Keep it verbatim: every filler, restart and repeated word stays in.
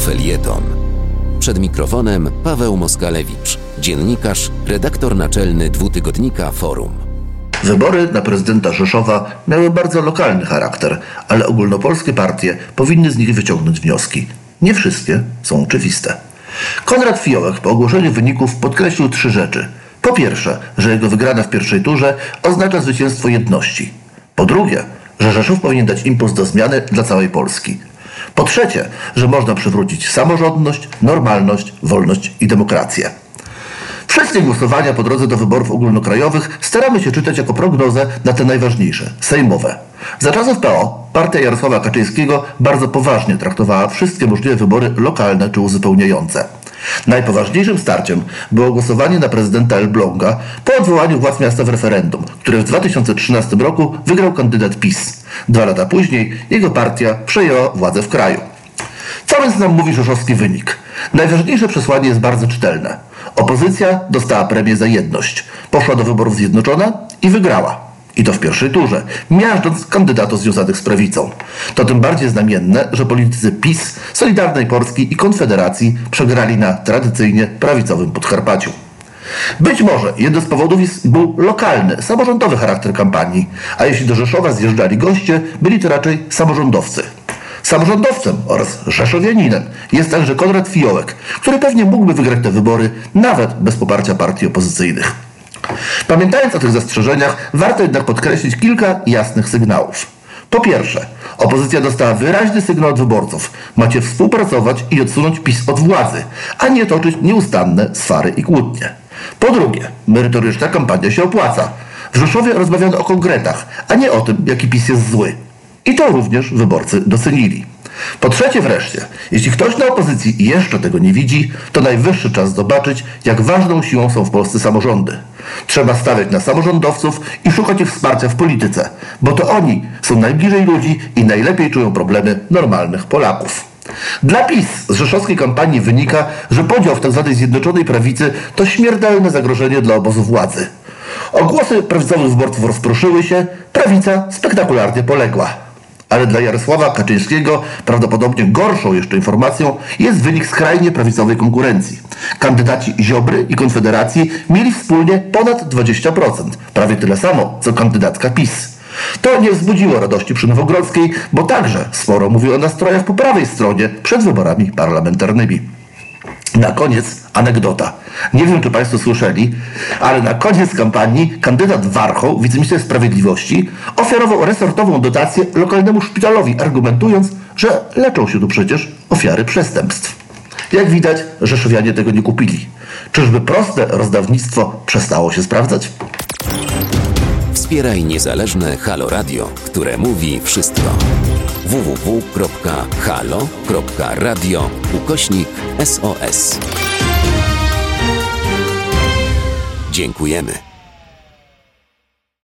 felieton. Przed mikrofonem Paweł Moskalewicz, dziennikarz, redaktor naczelny dwutygodnika Forum. Wybory na prezydenta Rzeszowa miały bardzo lokalny charakter, ale ogólnopolskie partie powinny z nich wyciągnąć wnioski. Nie wszystkie są oczywiste. Konrad Fiołek po ogłoszeniu wyników podkreślił trzy rzeczy. Po pierwsze, że jego wygrana w pierwszej turze oznacza zwycięstwo jedności. Po drugie, że Rzeszów powinien dać impuls do zmiany dla całej Polski. Po trzecie, że można przywrócić samorządność, normalność, wolność i demokrację. Wszystkie głosowania po drodze do wyborów ogólnokrajowych staramy się czytać jako prognozę na te najważniejsze, sejmowe. Za czasów P O partia Jarosława Kaczyńskiego bardzo poważnie traktowała wszystkie możliwe wybory lokalne czy uzupełniające. Najpoważniejszym starciem było głosowanie na prezydenta Elbląga po odwołaniu władz miasta w referendum, które w dwa tysiące trzynastym roku wygrał kandydat PiS. Dwa lata później jego partia przejęła władzę w kraju. Co więc nam mówi rzeszowski wynik? Najważniejsze przesłanie jest bardzo czytelne. Opozycja dostała premię za jedność. Poszła do wyborów zjednoczona i wygrała. I to w pierwszej turze, miażdżąc kandydatów związanych z prawicą. To tym bardziej znamienne, że politycy PiS, Solidarnej Polski i Konfederacji przegrali na tradycyjnie prawicowym Podkarpaciu. Być może jeden z powodów jest, był lokalny, samorządowy charakter kampanii, a jeśli do Rzeszowa zjeżdżali goście, byli to raczej samorządowcy. Samorządowcem oraz rzeszowianinem jest także Konrad Fiołek, który pewnie mógłby wygrać te wybory nawet bez poparcia partii opozycyjnych. Pamiętając o tych zastrzeżeniach, warto jednak podkreślić kilka jasnych sygnałów. Po pierwsze, opozycja dostała wyraźny sygnał od wyborców. Macie współpracować i odsunąć PiS od władzy, a nie toczyć nieustanne swary i kłótnie. Po drugie, merytoryczna kampania się opłaca. W Rzeszowie rozmawiano o konkretach, a nie o tym, jaki PiS jest zły. I to również wyborcy docenili. Po trzecie wreszcie, jeśli ktoś na opozycji jeszcze tego nie widzi, to najwyższy czas zobaczyć, jak ważną siłą są w Polsce samorządy. Trzeba stawiać na samorządowców i szukać ich wsparcia w polityce, bo to oni są najbliżej ludzi i najlepiej czują problemy normalnych Polaków. Dla PiS z rzeszowskiej kampanii wynika, że podział w tzw. Zjednoczonej Prawicy to śmiertelne zagrożenie dla obozu władzy. Ogłosy prawicowych wyborców rozproszyły się, prawica spektakularnie poległa. Ale dla Jarosława Kaczyńskiego prawdopodobnie gorszą jeszcze informacją jest wynik skrajnie prawicowej konkurencji. Kandydaci Ziobry i Konfederacji mieli wspólnie ponad dwadzieścia procent, prawie tyle samo co kandydatka PiS. To nie wzbudziło radości przy Nowogrodzkiej, bo także sporo mówi o nastrojach po prawej stronie przed wyborami parlamentarnymi. Na koniec anegdota. Nie wiem, czy Państwo słyszeli, ale na koniec kampanii kandydat Warchoł, wiceminister sprawiedliwości, ofiarował resortową dotację lokalnemu szpitalowi, argumentując, że leczą się tu przecież ofiary przestępstw. Jak widać, rzeszowianie tego nie kupili. Czyżby proste rozdawnictwo przestało się sprawdzać? Wspieraj niezależne Halo Radio, które mówi wszystko. w w w kropka halo kropka radio ukośnik S O S. Dziękujemy.